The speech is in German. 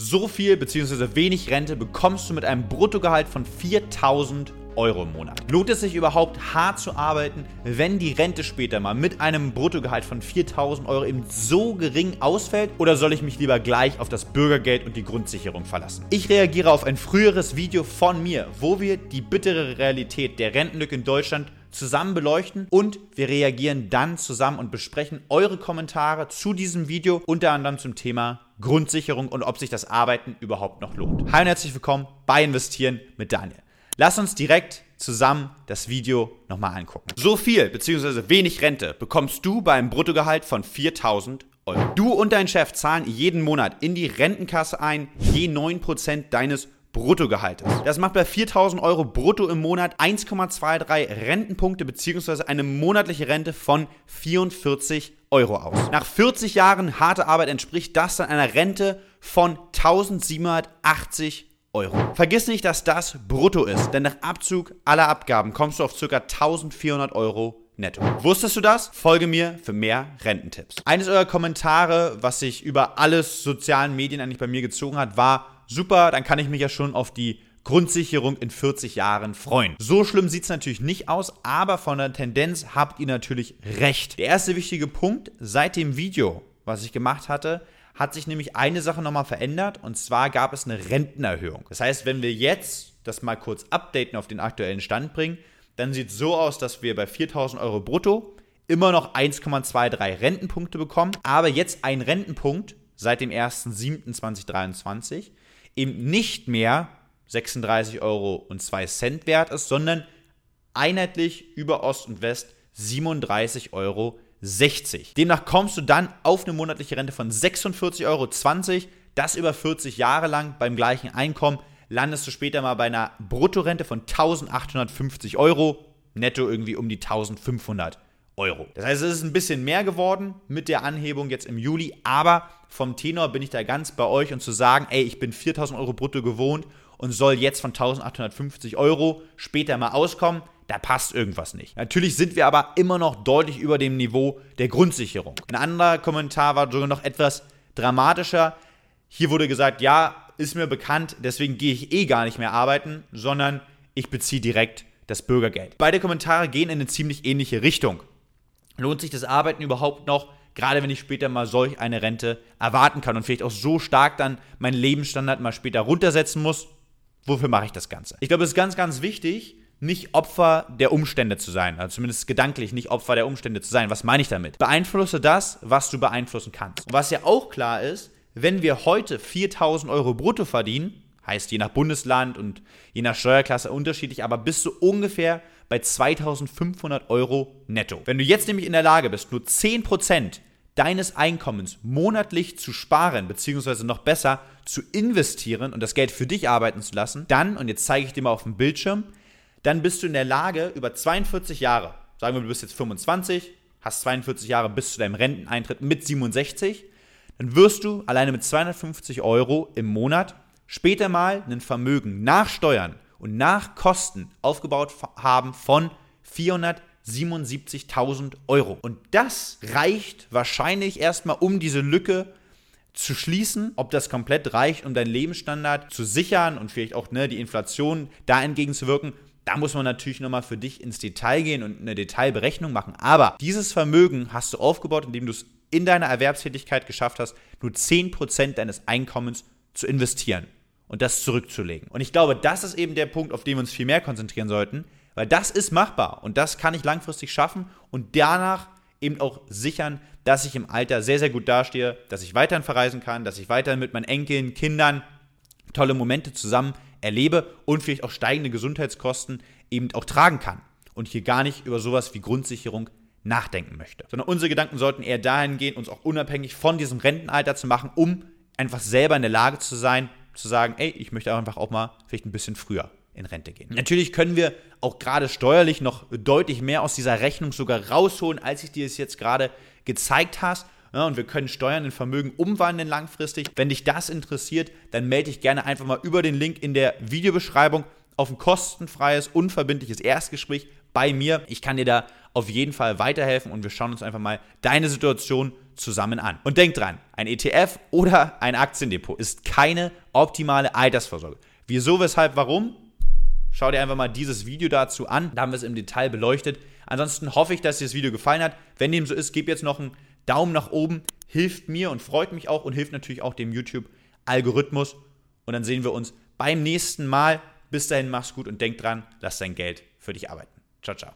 So viel bzw. wenig Rente bekommst du mit einem Bruttogehalt von 4.000 Euro im Monat. Lohnt es sich überhaupt, hart zu arbeiten, wenn die Rente später mal mit einem Bruttogehalt von 4.000 Euro eben so gering ausfällt? Oder soll ich mich lieber gleich auf das Bürgergeld und die Grundsicherung verlassen? Ich reagiere auf ein früheres Video von mir, wo wir die bittere Realität der Rentenlücke in Deutschland zusammen beleuchten und wir reagieren dann zusammen und besprechen eure Kommentare zu diesem Video, unter anderem zum Thema Grundsicherung und ob sich das Arbeiten überhaupt noch lohnt. Hi und herzlich willkommen bei Investieren mit Daniel. Lass uns direkt zusammen das Video nochmal angucken. So viel bzw. wenig Rente bekommst du bei einem Bruttogehalt von 4.000 Euro. Du und dein Chef zahlen jeden Monat in die Rentenkasse ein, je 9% deines Bruttogehaltes. Das macht bei 4.000 Euro brutto im Monat 1,23 Rentenpunkte bzw. eine monatliche Rente von 44 Euro aus. Nach 40 Jahren harte Arbeit entspricht das dann einer Rente von 1.780 Euro. Vergiss nicht, dass das brutto ist, denn nach Abzug aller Abgaben kommst du auf ca. 1.400 Euro netto. Wusstest du das? Folge mir für mehr Rententipps. Eines eurer Kommentare, was sich über alle sozialen Medien eigentlich bei mir gezogen hat, war: super, dann kann ich mich ja schon auf die Grundsicherung in 40 Jahren freuen. So schlimm sieht es natürlich nicht aus, aber von der Tendenz habt ihr natürlich recht. Der erste wichtige Punkt seit dem Video, was ich gemacht hatte, hat sich nämlich eine Sache nochmal verändert, und zwar gab es eine Rentenerhöhung. Das heißt, wenn wir jetzt das mal kurz updaten, auf den aktuellen Stand bringen, dann sieht es so aus, dass wir bei 4.000 Euro brutto immer noch 1,23 Rentenpunkte bekommen, aber jetzt ein Rentenpunkt seit dem 1.7.2023 eben nicht mehr 36,02 Euro wert ist, sondern einheitlich über Ost und West 37,60 Euro. Demnach kommst du dann auf eine monatliche Rente von 46,20 Euro. Das über 40 Jahre lang beim gleichen Einkommen landest du später mal bei einer Bruttorente von 1.850 Euro, netto irgendwie um die 1.500 Euro. Das heißt, es ist ein bisschen mehr geworden mit der Anhebung jetzt im Juli, aber vom Tenor bin ich da ganz bei euch, und zu sagen, ey, ich bin 4.000 Euro brutto gewohnt und soll jetzt von 1.850 Euro später mal auskommen, da passt irgendwas nicht. Natürlich sind wir aber immer noch deutlich über dem Niveau der Grundsicherung. Ein anderer Kommentar war sogar noch etwas dramatischer. Hier wurde gesagt, ja, ist mir bekannt, deswegen gehe ich gar nicht mehr arbeiten, sondern ich beziehe direkt das Bürgergeld. Beide Kommentare gehen in eine ziemlich ähnliche Richtung. Lohnt sich das Arbeiten überhaupt noch, gerade wenn ich später mal solch eine Rente erwarten kann und vielleicht auch so stark dann meinen Lebensstandard mal später runtersetzen muss? Wofür mache ich das Ganze? Ich glaube, es ist ganz, ganz wichtig, nicht Opfer der Umstände zu sein, also zumindest gedanklich nicht Opfer der Umstände zu sein. Was meine ich damit? Beeinflusse das, was du beeinflussen kannst. Und was ja auch klar ist, wenn wir heute 4.000 Euro brutto verdienen, heißt je nach Bundesland und je nach Steuerklasse unterschiedlich, aber bist du ungefähr bei 2.500 Euro netto. Wenn du jetzt nämlich in der Lage bist, nur 10% deines Einkommens monatlich zu sparen, beziehungsweise noch besser zu investieren und das Geld für dich arbeiten zu lassen, dann, und jetzt zeige ich dir mal auf dem Bildschirm, dann bist du in der Lage, über 42 Jahre, sagen wir, du bist jetzt 25, hast 42 Jahre bis zu deinem Renteneintritt mit 67, dann wirst du alleine mit 250 Euro im Monat später mal ein Vermögen nach Steuern und nach Kosten aufgebaut haben von 477.000 Euro. Und das reicht wahrscheinlich erstmal, um diese Lücke zu schließen. Ob das komplett reicht, um deinen Lebensstandard zu sichern und vielleicht auch die Inflation da entgegenzuwirken, da muss man natürlich nochmal für dich ins Detail gehen und eine Detailberechnung machen. Aber dieses Vermögen hast du aufgebaut, indem du es in deiner Erwerbstätigkeit geschafft hast, nur 10% deines Einkommens zu investieren und das zurückzulegen. Und ich glaube, das ist eben der Punkt, auf den wir uns viel mehr konzentrieren sollten, weil das ist machbar und das kann ich langfristig schaffen und danach eben auch sichern, dass ich im Alter sehr, sehr gut dastehe, dass ich weiterhin verreisen kann, dass ich weiterhin mit meinen Enkeln, Kindern tolle Momente zusammen erlebe und vielleicht auch steigende Gesundheitskosten eben auch tragen kann und hier gar nicht über sowas wie Grundsicherung nachdenken möchte. Sondern unsere Gedanken sollten eher dahin gehen, uns auch unabhängig von diesem Rentenalter zu machen, um einfach selber in der Lage zu sein, zu sagen, ey, ich möchte einfach auch mal vielleicht ein bisschen früher in Rente gehen. Natürlich können wir auch gerade steuerlich noch deutlich mehr aus dieser Rechnung sogar rausholen, als ich dir es jetzt gerade gezeigt habe. Ja, und wir können Steuern in Vermögen umwandeln langfristig. Wenn dich das interessiert, dann melde dich gerne einfach mal über den Link in der Videobeschreibung auf ein kostenfreies, unverbindliches Erstgespräch bei mir. Ich kann dir da auf jeden Fall weiterhelfen und wir schauen uns einfach mal deine Situation zusammen an. Und denk dran, ein ETF oder ein Aktiendepot ist keine optimale Altersvorsorge. Wieso, weshalb, warum? Schau dir einfach mal dieses Video dazu an, da haben wir es im Detail beleuchtet. Ansonsten hoffe ich, dass dir das Video gefallen hat. Wenn dem so ist, gib jetzt noch einen Daumen nach oben, hilft mir und freut mich auch und hilft natürlich auch dem YouTube-Algorithmus. Und dann sehen wir uns beim nächsten Mal. Bis dahin, mach's gut und denk dran, lass dein Geld für dich arbeiten. Ciao, ciao.